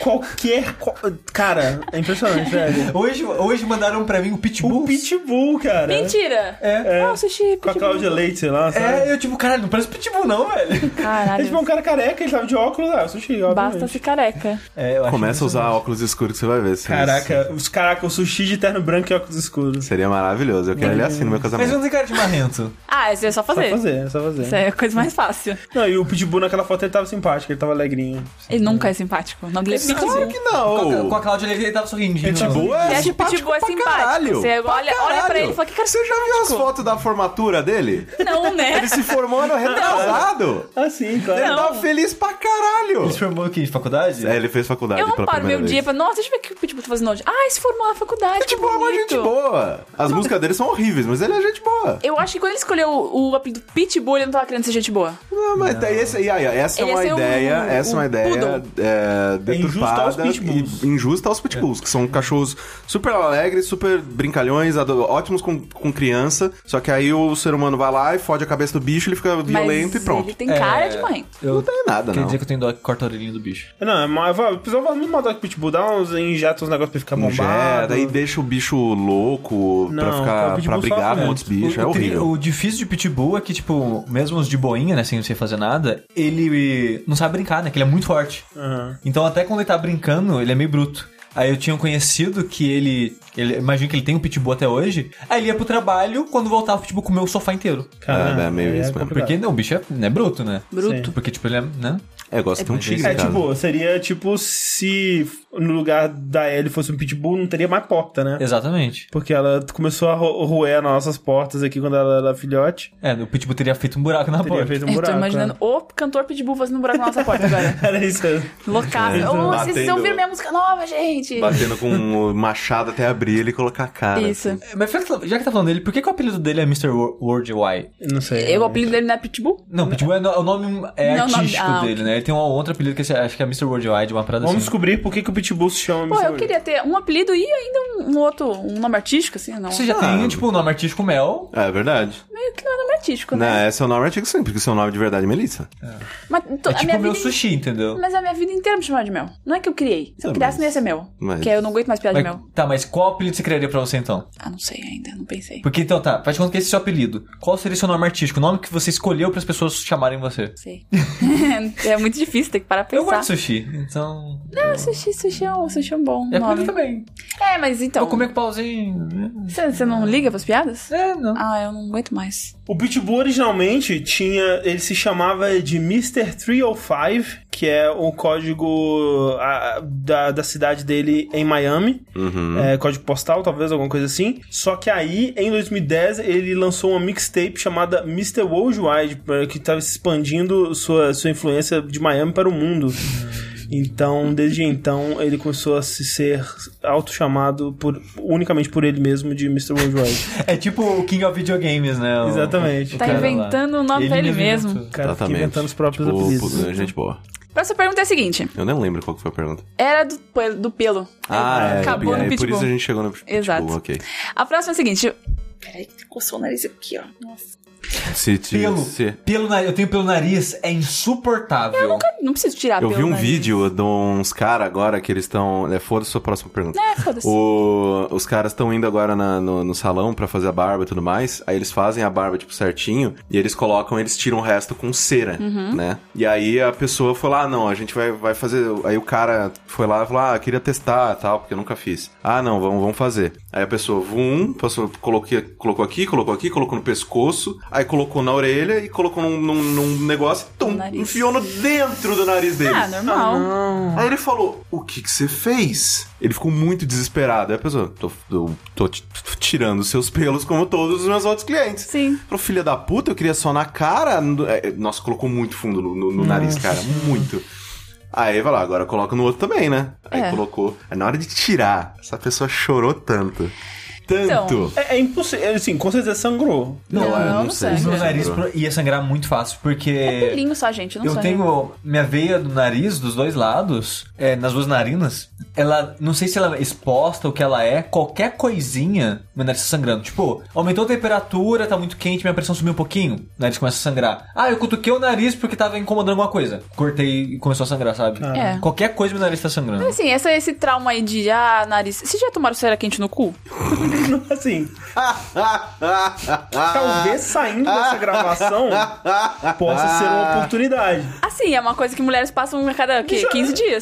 Cara, é impressionante, velho. Hoje mandaram pra mim o Pitbull. O Pitbull, cara. Mentira! Sushi, Pitbull. Com a Cláudia Leite, sei lá, sabe? Eu tipo, caralho, não parece Pitbull não, velho. Caralho. É tipo um cara careca, ele tava de óculos, Sushi, obviamente. Basta ser careca. Começa a usar óculos escuros que você vai ver. O Sushi de terno branco e óculos escuros. Seria maravilhoso, eu quero ele assim no meu casamento. Mas não tem cara de marrento. Isso é só fazer. É só fazer. Isso é a coisa mais fácil. Não, e o Pitbull naquela foto ele tava simpático, ele tava alegrinho. Ele nunca é simpático. Não, ele é Pitbull. Claro que não. Com a Cláudia ele tava sorrindo. Pitbull é simpático pra caralho. Você olha pra ele e fala, que cara Você já viu as fotos da formatura dele? Não, né? Ele se formou ano retrasado. Sim, claro. Ele tava feliz pra caralho. Ele se formou aqui, de faculdade? Ele fez faculdade. Eu não paro meu dia pra... Nossa, deixa eu ver o que o Pitbull tá fazendo hoje. Se formou na faculdade. Pitbull é uma gente boa. As músicas dele são horríveis, mas ele é gente boa. Eu acho que quando ele escolheu o apelido Pitbull, ele não tava querendo ser gente boa. Não, mas essa é uma ideia deturpada e injusta aos pitbulls, que são cachorros super alegres, super brincalhões, ótimos com criança, só que aí o ser humano vai lá e fode a cabeça do bicho, ele fica violento e pronto. Ele tem cara de marrento. Não tem nada, Quer dizer que eu tenho dó que corta a orelhinha do bicho. O pessoal vai muito mandar que Pitbull dá injeta uns negócios pra ficar bombado. Daí deixa o bicho louco pra brigar com outros bichos, é horrível. O difícil de Pitbull é que, tipo, mesmo os de boinha, né, sem fazer nada, ele não sabe brincar, né, que ele é muito forte. Então até quando ele tá brincando, ele é meio bruto. Aí eu tinha um conhecido que ele imagino que ele tem um Pitbull até hoje. Aí ele ia pro trabalho, quando voltava o Pitbull comeu o sofá inteiro. É meio isso mesmo. Porque o bicho é bruto, né? Bruto. Porque, tipo, ele é, né? Gosta de ter um tigre. Seria tipo se no lugar da Ellie fosse um Pitbull, não teria mais porta, né? Exatamente. Porque ela começou a roer as nossas portas aqui quando ela era filhote. O Pitbull teria feito um buraco na porta. Feito um buraco, eu tô imaginando o cantor Pitbull fazendo um buraco na nossa porta agora. Era isso. Loucaço. Vocês ouviram minha música nova, gente? Batendo com um machado até abrir ele e colocar a cara. Isso. Assim. Mas já que tá falando dele, por que o apelido dele é Mr. Worldwide? Não sei. O apelido dele não é Pitbull? Não, Pitbull o nome artístico dele, né? Ele tem um outro apelido que acho que é Mr. Worldwide, uma parada Vamos assim. descobrir por que o Pitbull se chama Mr. Eu queria ter um apelido e ainda um nome artístico, assim, não. Você já tem, tipo, o nome artístico Mel. É verdade. Meio que não é nome artístico, né? Não, esse é o nome artístico sim, porque o seu nome de verdade é Melissa. Mas, tipo meu sushi, entendeu? Mas a minha vida inteira me chamava de Mel. Não é que eu criei. Se eu criasse, não ia ser Mel. Porque eu não aguento mais piada de Mel. Tá, mas qual apelido você criaria pra você, então? Não sei ainda, não pensei. Porque, então, faz de conta que esse é o seu apelido. Qual seria o seu nome artístico? O nome que você escolheu pras pessoas chamarem você? Sei. É muito difícil, tem que parar pra pensar. Eu gosto de sushi, então... Não, sushi é um bom é nome. Também. Mas então... Vou comer com pauzinho. Você não liga pras piadas? Não. Eu não aguento mais. O Pitbull originalmente ele se chamava de Mr. 305, que é o código da cidade dele em Miami. Código postal, talvez, alguma coisa assim. Só que aí, em 2010, ele lançou uma mixtape chamada Mr. Worldwide, que estava expandindo sua influência de Miami para o mundo. Então, desde então, ele começou a se ser auto-chamado unicamente por ele mesmo de Mr. Worldwide. É tipo o King of Videogames, né? Exatamente. Tá inventando o nome pra ele mesmo. O cara tá inventando os próprios apelidos. Gente boa. Próxima pergunta é a seguinte. Eu nem lembro qual que foi a pergunta. Era do pelo. Acabou no Pitbull. Por isso a gente chegou no Pitbull. Exato. Ok. A próxima é a seguinte. Peraí, que coçou o nariz aqui, ó. Nossa. Pelo nariz, eu tenho pelo nariz, é insuportável. Eu não preciso tirar pelo nariz. Eu vi um vídeo de uns caras agora que eles estão... Foda-se a sua próxima pergunta. Foda-se. Os caras estão indo agora no salão pra fazer a barba e tudo mais. Aí eles fazem a barba, tipo, certinho. E eles tiram o resto com cera, né? E aí a pessoa foi lá, não, a gente vai fazer... Aí o cara foi lá e falou, queria testar e tal, porque eu nunca fiz. Não, vamos fazer. Aí a pessoa, colocou aqui, colocou no pescoço, aí colocou na orelha e colocou num negócio e enfiou dentro do nariz dele. Normal. Aí ele falou, o que você fez? Ele ficou muito desesperado. Aí a pessoa, tô tirando seus pelos como todos os meus outros clientes. Sim. Falou, filha da puta, eu queria só na cara. Nossa, colocou muito fundo no nariz, cara, muito. Aí vai lá, agora coloca no outro também, né? Aí colocou. Aí na hora de tirar, essa pessoa chorou tanto. Então, é impossível, assim, com certeza sangrou. Não sei. O meu nariz ia sangrar muito fácil, porque... É pelinho só, gente, não eu tenho minha veia do nariz, dos dois lados, nas duas narinas, ela, não sei se ela é exposta ou que ela é, qualquer coisinha, meu nariz tá sangrando. Tipo, aumentou a temperatura, tá muito quente, minha pressão subiu um pouquinho, o nariz começa a sangrar. Eu cutuquei o nariz porque tava incomodando alguma coisa. Cortei e começou a sangrar, sabe? Qualquer coisa meu nariz tá sangrando. Mas assim, esse trauma aí de, nariz... Vocês já tomaram cera quente no cu? Assim, talvez saindo dessa gravação possa ser uma oportunidade. Assim, é uma coisa que mulheres passam a cada 15 dias.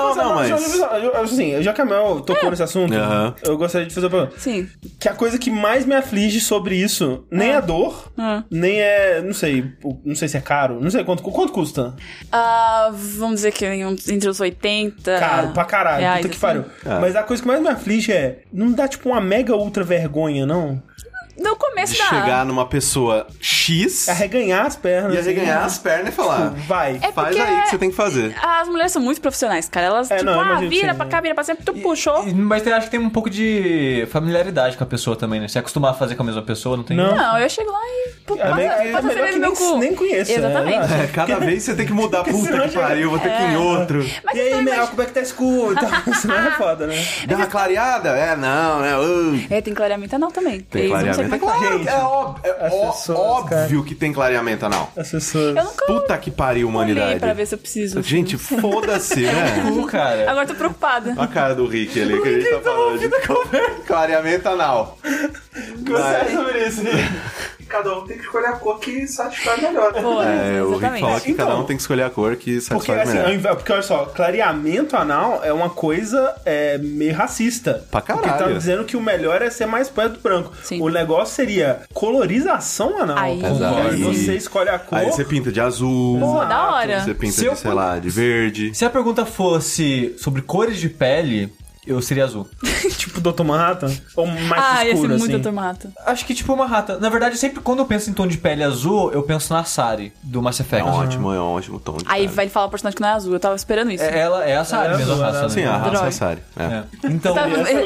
Assim, já que a Mel tocou nesse assunto, eu gostaria de fazer uma pergunta. Sim. Que a coisa que mais me aflige sobre isso nem é dor, nem é, não sei se é caro, não sei quanto custa. Vamos dizer que entre os 80... Caro pra caralho, reais, puta que pariu. Mas a coisa que mais me aflige não dá tipo uma mega ultra vergonha, não? No começo da... chegar numa pessoa X... arreganhar as pernas. E arreganhar as pernas e falar... Vai. Faz aí que você tem que fazer. As mulheres são muito profissionais, cara. Elas, vira pra cá, vira pra sempre, tu puxou. Mas eu acho que tem um pouco de familiaridade com a pessoa também, né? Se acostumar a fazer com a mesma pessoa, não tem... Não, eu chego lá e... Passa que meu cu. Nem conheço. Exatamente. Cada vez você tem que mudar. Puta que pariu, vou ter que ir em outro. Mas e aí, Mel, como é que tá escuro? Isso não é foda, né? Dá uma clareada? Não, né? Tem clareamento anal também. Tem clareamento. Claro, óbvio que tem clareamento anal. As pessoas... Eu nunca Puta que pariu, humanidade. pra ver se eu preciso. Gente, foda-se, né? Cara. Agora tô preocupada. A cara do Rick ali, que a gente tá falando de clareamento anal. Gostei sobre isso, Cada um tem que escolher a cor que satisfaz melhor. O Rick falou que cada um tem que escolher a cor que satisfaz melhor. Porque olha só, clareamento anal é uma coisa meio racista. Pra caralho. Porque tá dizendo que o melhor é ser mais perto do branco. Sim. O negócio seria colorização anal. Aí você escolhe a cor. Aí você pinta de azul. Pô, da hora. Você pinta de, sei lá, de verde. Se a pergunta fosse sobre cores de pele, eu seria azul. Tipo Dr. Manhattan? Ou mais ia ser escuro, muito assim? Dr. Manhattan. Acho que tipo uma rata. Na verdade, sempre quando eu penso em tom de pele azul, eu penso na Sari, do Mass Effect. É um ótimo tom de Aí pele. vai falar o personagem que não é azul. Eu tava esperando isso. Ela é a Sari mesmo, a raça, né? Sim, a raça Droga. é a Sari. Então,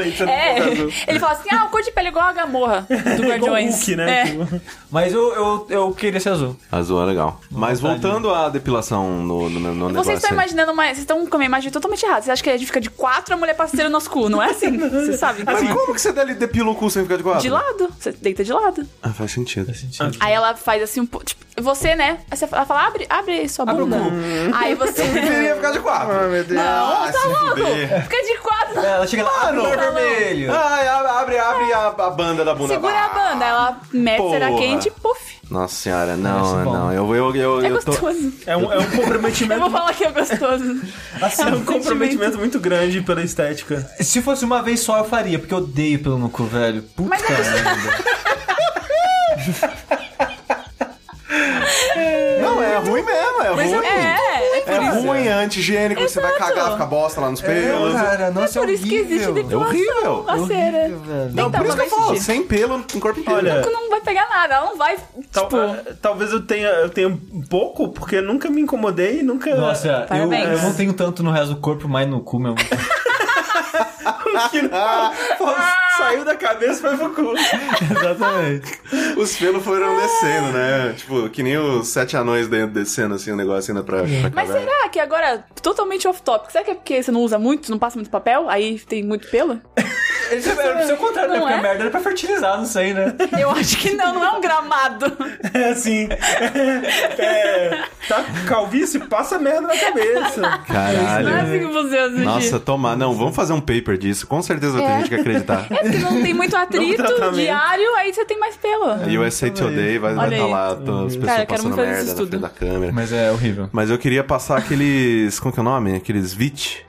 Ele fala assim, a cor de pele é igual a Gamorra do Guardiões. Hulk, né? Tipo... mas eu queria ser azul. Azul é legal. Mas voltando à depilação no negócio... Vocês estão imaginando vocês estão com uma imagem totalmente errada. Vocês acham que a gente fica de 4 a mulher passeira no nosso cu, não é assim? Você sabe? Mas como que você depila o cu sem ficar de quatro? De lado. Você deita de lado. Faz sentido. Aí ela faz assim um pouco. Tipo, você, né? Aí ela fala, abre sua bunda. Aí você. Eu preferia ficar de quatro. Ai, meu Deus. Não, tá louco. Fica de 4. Ela chega lá, abre o vermelho. Abre a banda da bunda. Segura a banda. Ela mete cera quente e puff. Nossa senhora, não. Eu É tô... gostoso. É um comprometimento... Eu vou falar que é gostoso. Assim, é um comprometimento muito grande pela estética. Se fosse uma vez só, eu faria, porque eu odeio pelo no cu, velho. Puta merda. Não, é ruim mesmo, é ruim. É ruim, é anti-higiênico, você vai cagar, fica bosta lá nos pelos. Cara, nossa, por isso que existe depilação. É horrível. A cera. Não, por isso que eu falo, sem pelo no corpo inteiro. Olha, Não vai pegar nada, ela não vai, talvez eu tenha um pouco, porque nunca me incomodei, nunca... Nossa, Parabéns. eu não tenho tanto no resto do corpo, mais no cu mesmo. Saiu da cabeça e foi pro cu. Exatamente. Os pelos foram descendo, né? Tipo, que nem os 7 anões descendo assim, o negócio indo pra Mas caverna. será que agora, totalmente off-topic, será que é porque você não usa muito, não passa muito papel, aí tem muito pelo? Era pra ser o contrário, né? Porque a merda era pra fertilizar, não sei, né? Eu acho que não é um gramado. É assim. Tá calvície, passa merda na cabeça. Caralho. Não é assim que funciona, gente. Nossa, toma. Não, vamos fazer um paper disso. Com certeza vai ter gente que acreditar. É porque não tem muito atrito diário, aí você tem mais pelo. E o USA Today vai estar lá, as pessoas passando merda na frente da câmera. Mas é horrível. Mas eu queria passar aqueles... Como que é o nome? Aqueles VIT.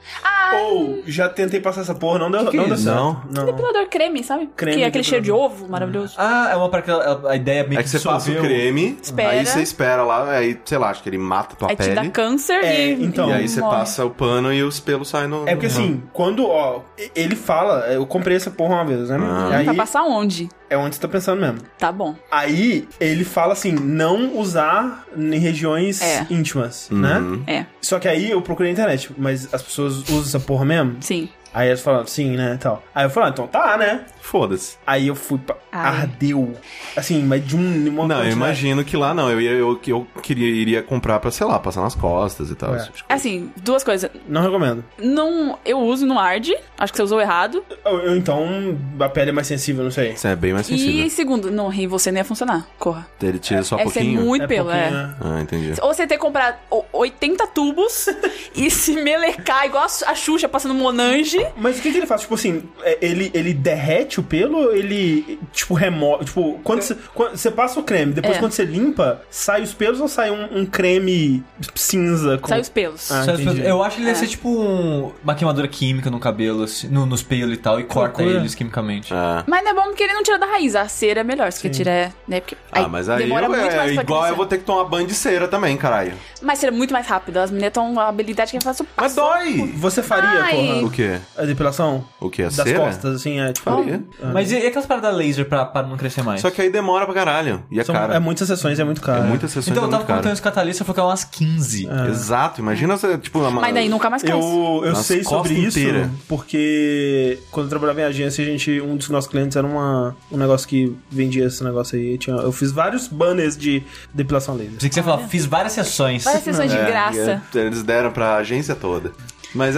Ou, já tentei passar essa porra, não deu certo. Não. Depilador creme, sabe? Creme que é aquele cheiro de ovo maravilhoso. Ah, é uma para aquela a ideia meio É que você passa o creme, Espera. aí você espera lá, aí, sei lá, acho que ele mata a tua Aí pele. te dá câncer então. E aí você morre. passa o pano e os pelos saem no... É porque assim, quando, ele fala, eu comprei essa porra uma vez, né? Aí, Pra passar onde? é onde você tá pensando mesmo. Tá bom. Aí, ele fala assim, não usar em regiões íntimas, né? É, Só que aí eu procurei na internet, mas as pessoas usam essa porra mesmo? sim. Aí eles falaram, sim, né, e tal. Aí eu falei, então tá, né? Foda-se. Aí eu fui pra... Ardeu. Assim, mas de uma Não, eu quantidade. imagino que lá não. Eu iria comprar pra, sei lá, passar nas costas e tal. esse tipo de coisa. Assim, duas coisas. Não recomendo. Não, eu uso no arde. Acho que você usou errado. Então, a pele é mais sensível, não sei. Isso é bem mais sensível. E segundo, não, em você não ia funcionar. Corra. Ele tira só É ser pouquinho? muito pelo, pouquinho, é. né? Ah, entendi. Ou você ter que comprar 80 tubos e se melecar igual a Xuxa passando Monange. Mas o que ele faz? Tipo assim, ele derrete o pelo ou ele, tipo, remove? Tipo, quando você passa o creme, depois quando você limpa, sai os pelos ou sai um creme cinza? Sai os pelos. Ah, entendi. Eu acho que ele deve ser tipo uma queimadura química no cabelo, assim, nos pelos e tal, e corta loucura. eles quimicamente. Ah. Mas não é bom porque ele não tira da raiz. A cera é melhor, se você tirar, né? Porque Mas aí demora muito mais pra igual crescer. eu vou ter que tomar banho de cera também, caralho. Mas cera muito mais rápido. As meninas estão a habilidade que eu faço. Mas dói! Você faria, Ai. porra, O quê? a depilação? O quê? A Das cera? costas, assim, tipo... Faria. Mas e aquelas paradas laser pra não crescer mais? Só que aí demora pra caralho. E é caro. É muitas sessões, é muito caro. Muitas sessões Então, é eu muito tava caro. contando isso com a Thalissa, falou que é umas 15. Exato. Imagina você, tipo... Mas daí nunca mais cresce. Eu Nas sei sobre costas isso inteira. porque quando eu trabalhava em agência, um dos nossos clientes era um negócio que vendia esse negócio aí. Eu fiz vários banners de depilação laser. Pensei que você falava, fiz várias sessões. Várias sessões de graça. Eles deram pra agência toda. Mas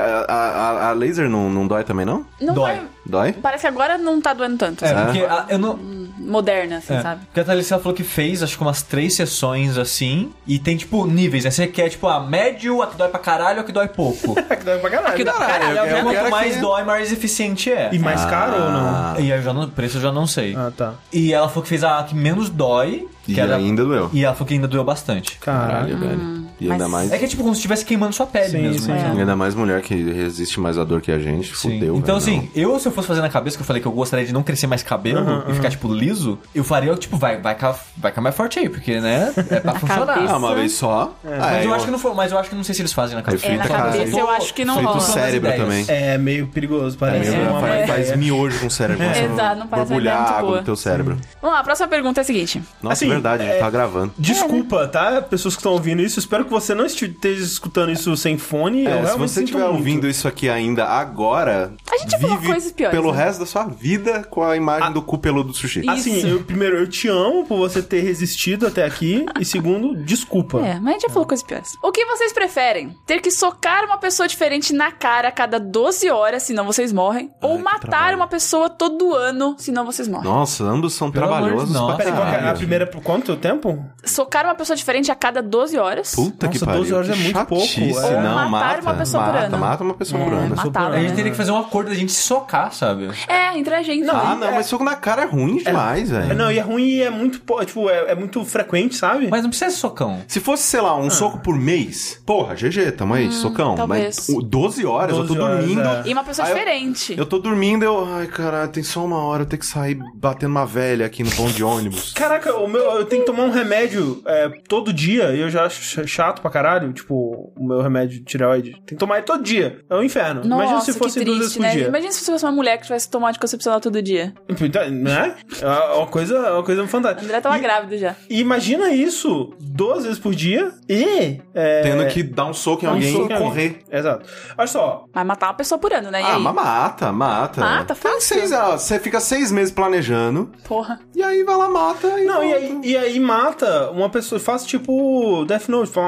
a laser não dói também, não? Não Dói. vai- Dói? Parece que agora não tá doendo tanto. É, sabe? porque eu não... Moderna, assim, sabe? Porque a Thalissa ela falou que fez, acho que umas 3 sessões assim, e tem, tipo, níveis, né? Você quer, tipo, a médio, a que dói pra caralho, a que dói pouco. É que dói pra caralho. Que dói pra caralho, eu obviamente. quero Quanto mais que- dói, mais eficiente é. E mais caro ou não? E aí o preço eu já não sei. Ah, tá. E ela falou que fez a que menos dói. E que era... ainda doeu. E ela falou que ainda doeu bastante. Caralho. velho. E mas- ainda mais... É que é tipo como se estivesse queimando sua pele Sim, mesmo. sim. né? E ainda mais mulher que resiste mais à dor que a gente. Sim. Fudeu, Então, velho, assim, se eu fosse fazer na cabeça, que eu falei que eu gostaria de não crescer mais cabelo e ficar, tipo, liso, eu faria, tipo, vai ficar mais forte aí, porque, né, é pra funcionar. cabeça. Ah, uma vez só. Mas eu acho que não foi, mas eu acho que não sei se eles fazem na cabeça. Aí É, na frita, cara. cabeça eu acho que não Frita o rola. cérebro Ideias. também. É meio perigoso, parece. Faz miojo com o cérebro. começa a Exato, não parece uma ideia borbulhar muito água boa. no teu cérebro. Vamos lá, a próxima pergunta é a seguinte. Nossa, Assim, verdade, a gente tá gravando. Desculpa, tá? Pessoas que estão ouvindo isso. Espero que você não esteja escutando isso sem fone. Eu Se realmente você sinto estiver muito. ouvindo isso aqui ainda agora, A gente já falou vive coisas piores, pelo né? resto da sua vida com a imagem do cu peludo do sushi. Isso. Assim, primeiro, eu te amo por você ter resistido até aqui. E segundo, desculpa. É, mas a gente já falou coisas piores. O que vocês preferem? Ter que socar uma pessoa diferente na cara a cada 12 horas, senão vocês morrem? Ou matar trabalho. uma pessoa todo ano, senão vocês morrem? Nossa, ambos são Pelo amor de trabalhosos Deus. pra Peraí, qual que é a caralho. primeira por quanto tempo? Socar uma pessoa diferente a cada 12 horas. Puta Nossa, que pariu. 12 horas que é muito pouco, chatice. é. Não, Matar mata. uma pessoa por ano. Mata uma pessoa por ano. Matava, A gente né? teria que fazer um acordo da gente se socar, sabe? É, entre a gente. Ah, não, mas soco na cara é ruim demais, velho. Não, e é ruim e é muito, tipo, é muito frequente, sabe? Mas não precisa ser socão. Se fosse, sei lá, um soco por mês, porra, GG, tamo aí, socão. talvez. Mas 12 horas, eu tô 12 horas, dormindo. é. E uma pessoa Aí diferente. Eu tô dormindo, ai, caralho, tem só uma hora, eu tenho que sair batendo uma velha aqui no ponto de ônibus. Caraca, eu tenho que tomar um remédio todo dia e eu já acho chato pra caralho. Tipo, o meu remédio de tireoide. Tem que tomar ele todo dia. É um inferno. Nossa, Imagina se que fosse 2 vezes triste, por né? dia. Imagina se você fosse uma mulher que tivesse que tomar anticoncepcional todo dia. Né? É uma coisa fantástica. A André tava grávida já. E imagina isso 2 vezes por dia e... Tendo que dar um soco em alguém soco e em alguém. correr. Exato. Olha só. Vai matar uma pessoa por ano, né? E aí? Mas mata. Mata, Tem fácil. você fica 6 meses planejando, Porra. e aí vai lá, mata. Não, e aí mata uma pessoa. Faz tipo Death Note. Mata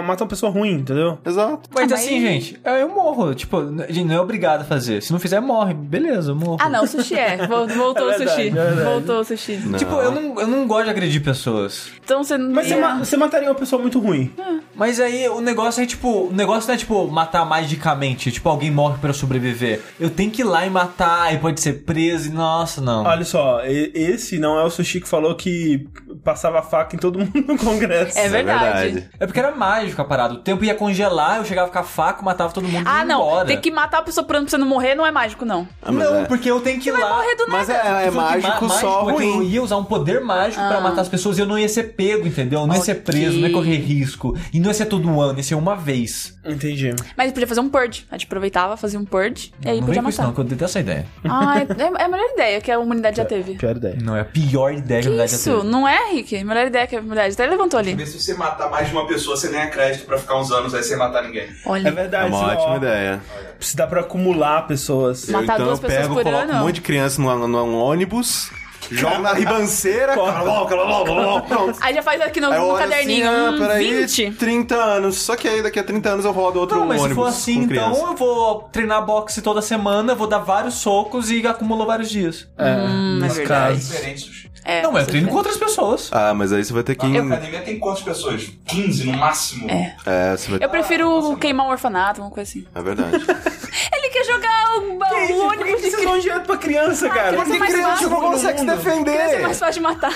mata uma pessoa ruim, entendeu? Exato. Mas assim, gente, eu morro. Tipo, a gente não é obrigado a fazer. Se não fizer, morre. Beleza, eu morro. Ah, não, o sushi Voltou o sushi. Voltou o sushi. Não. Tipo, eu não gosto de agredir pessoas. Então você não... Mas você mataria uma pessoa muito ruim. Mas aí o negócio é tipo... O negócio não é tipo matar magicamente. Tipo, alguém morre pra sobreviver. Eu tenho que ir lá e matar. E pode ser preso. E nossa, não. Olha só, esse não é o sushi que falou que passava faca em todo mundo no congresso. É verdade. É porque era mágico a parada. O tempo ia congelar, eu chegava com a faca, matava todo mundo e ia não. embora. Tem que matar a pessoa pra você não morrer não é mágico, não. Não, porque eu tenho que ir lá. Morrer do nada. Mas é mágico só é que eu ruim. ia usar um poder mágico pra matar as pessoas e eu não ia ser pego, entendeu? Eu não ia ser preso, não ia correr risco. E não ia ser todo ano, ia ser uma vez. Entendi. Mas podia fazer um purge. A gente aproveitava, fazia um purge e aí Não podia vem com isso matar. não, que eu detesto essa ideia. É a melhor ideia que a humanidade já teve. Pior ideia. Não, é a pior ideia que a humanidade já Isso, teve. não é, Rick? A melhor ideia que a humanidade até levantou ali. Porque se você matar mais de uma pessoa, você ganha crédito pra ficar uns anos aí sem matar ninguém. Olha, É verdade. É uma ótima ideia. Se dá pra acumular pessoas. Matar Então duas eu pessoas pego, por coloco ano? um monte de criança num ônibus, jogo na ribanceira, pronto. Aí já faz aqui no, Aí eu no olho caderninho, assim, peraí, 20. 30 anos. Só que aí daqui a 30 anos eu rodo outro Não, mas ônibus se for assim, com criança. então eu vou treinar boxe toda semana, eu vou dar vários socos e acumulo vários dias. Nos verdade. casos. Diferente, Sushi. É, Não, mas eu você treino fez. com outras pessoas. Ah, mas aí você vai ter que... A academia tem quantas pessoas? 15 no máximo? você vai... Eu prefiro queimar um orfanato, uma coisa assim. É verdade. Ele quer jogar o ônibus de Vocês vão direto pra criança, cara? criança é mais fácil. não consegue se defender. criança é mais fácil de matar.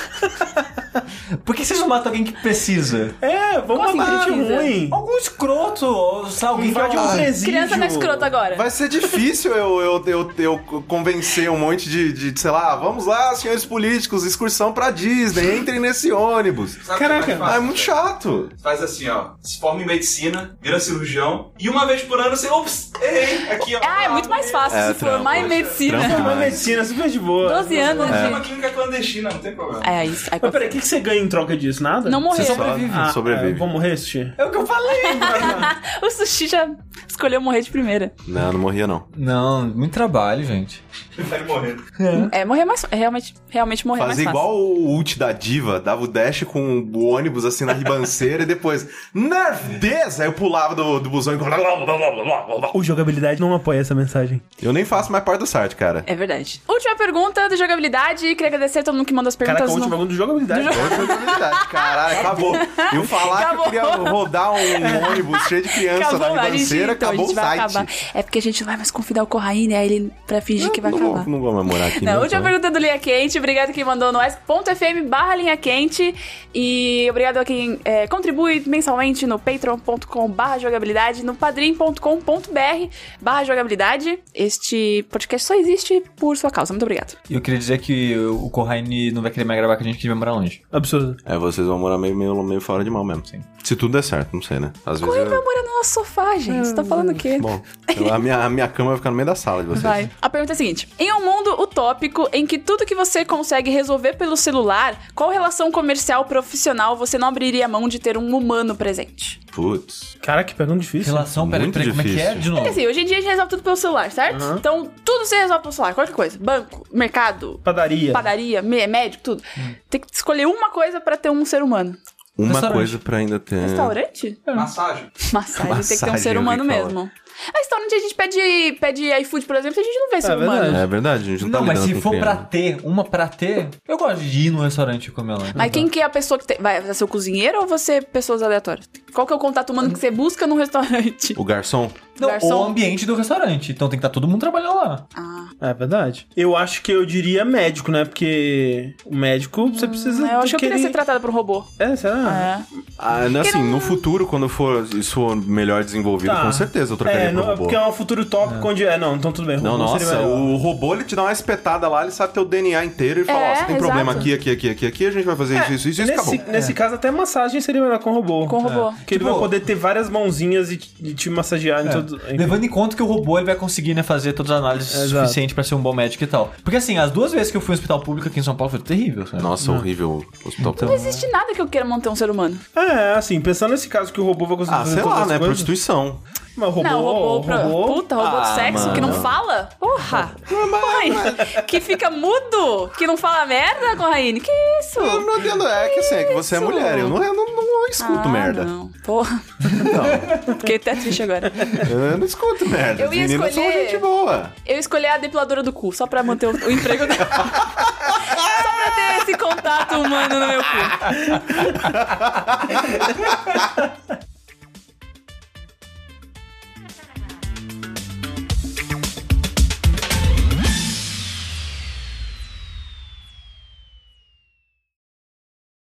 Por que vocês não matam alguém que precisa? Vamos Como matar assim gente precisa? ruim. Algum escroto, ou sabe, alguém que Invade um presídio. Criança não é escroto agora. Vai ser difícil eu convencer um monte de, sei lá, vamos lá, senhores políticos, excursão pra Disney, entrem nesse ônibus. Sabe Caraca. como é que faz? É muito chato. Faz assim, ó. Se forma em medicina, vira cirurgião, e uma vez por ano você... Ops, errei. Aqui, ó. É muito mais fácil se formar em medicina. Trampo Uma demais. medicina super de boa. 12 anos É de... uma clínica clandestina, não tem problema. É isso. Aí Mas peraí, o que você ganha em troca disso? Nada? não morrer. Você sobrevive. Sobrevive. Vou morrer, Sushi? É o que eu falei, O Sushi já escolheu morrer de primeira. Não morria não. Não, muito trabalho, gente. Vai morrer. Morrer mais... Realmente morrer Fazia mais fácil. igual o ult da Diva, dava o dash com o ônibus assim na ribanceira e depois Nerf this! Aí eu pulava do busão e... O jogabilidade não apoia essa mensagem. Eu nem faço mais parte do site, cara. É verdade. Última pergunta do jogabilidade. Queria agradecer a todo mundo que manda as perguntas. Caraca, a última pergunta do jogabilidade. Jogabilidade, caralho, acabou. Eu falar que eu queria rodar um ônibus cheio de criança na ribanceira, acabou o site. É porque a gente não vai mais convidar o Corraine, aí ele pra fingir que vai acabar. Não vou mais morar aqui. Não, última também. pergunta do Linha Quente. Obrigado quem mandou no es.fm/Linha Quente. E obrigado a quem contribui mensalmente no patreon.com/jogabilidade, no padrim.com.br/jogabilidade. Este podcast só existe por sua causa. Muito obrigado. E eu queria dizer que o Corraine não vai querer mais gravar com a gente, que ele vai morar longe. Absurdo. Vocês vão morar meio fora de mão mesmo. Sim. Se tudo der certo, não sei, né? Às vezes Corraine vai morar no nosso sofá, gente. Você tá falando o quê? Bom, a minha cama vai ficar no meio da sala de vocês. Vai. A pergunta é a seguinte: em um mundo utópico em que tudo que você consegue resolver pelo celular, qual relação comercial profissional você não abriria mão de ter um humano presente? Putz. Caraca, que pergunta difícil. Relação, peraí, Muito como é que é? difícil. De novo. É assim, hoje em dia a gente resolve tudo pelo celular, certo? Então, tudo você resolve pelo celular, qualquer coisa. Banco, mercado, Padaria. médico, tudo. Tem que escolher uma coisa pra ter um ser humano. Uma Restaurante. coisa pra ainda ter... Restaurante? Massagem. Massagem, tem que ter um Massagem, ser eu vi humano falar. mesmo. A restaurante a gente pede iFood, por exemplo, a gente não vê ser verdade. humano. É verdade, a gente não tá Não, mas lidando se com for criança. pra ter, eu gosto de ir no restaurante e comer lá. Mas quem que é a pessoa que tem... Vai ser o cozinheiro ou você pessoas aleatórias? Qual que é o contato humano que você busca num restaurante? O garçom? Não, garçom. o ambiente do restaurante. Então tem que estar todo mundo trabalhando lá. É verdade. Eu acho que eu diria médico, né? Porque o médico, você precisa... Eu acho que eu queria daquele- ser tratada por um robô. Será? Assim, no futuro, quando for isso for melhor desenvolvido, Tá. com certeza eu trocaria pro robô. Porque é um futuro utópico onde... Não, então tudo bem. Não, robô seria nossa, melhor. o robô ele te dá uma espetada lá, ele sabe teu DNA inteiro e fala, ó, você tem problema exato. aqui, a gente vai fazer isso, e acabou. Nesse caso, até massagem seria melhor com o robô. Com o robô. Porque ele Tipo, vai poder ter várias mãozinhas e te massagear em todo... enfim. Levando em conta que o robô ele vai conseguir, né, fazer todas as análises Exato. suficientes pra ser um bom médico e tal. Porque assim, as duas vezes que eu fui no hospital público aqui em São Paulo foi terrível, sabe? Nossa, horrível o hospital. Então- Não existe nada que eu queira manter um ser humano. Assim, pensando nesse caso que o robô vai conseguir fazer Sei todas lá, as né? coisas... Prostituição. Mas o robô... Não, robô do sexo, que não mano. fala? Porra! Que fica mudo? Que não fala merda, Corraine? Que isso? Eu não entendo, é que assim, é que você é isso? mulher, eu não escuto merda. Não, porra. Não. Fiquei até triste agora. Eu não escuto merda. As meninas são gente boa. Eu escolhi a depiladora do cu, só pra manter o emprego dela. Só pra ter esse contato humano no meu cu.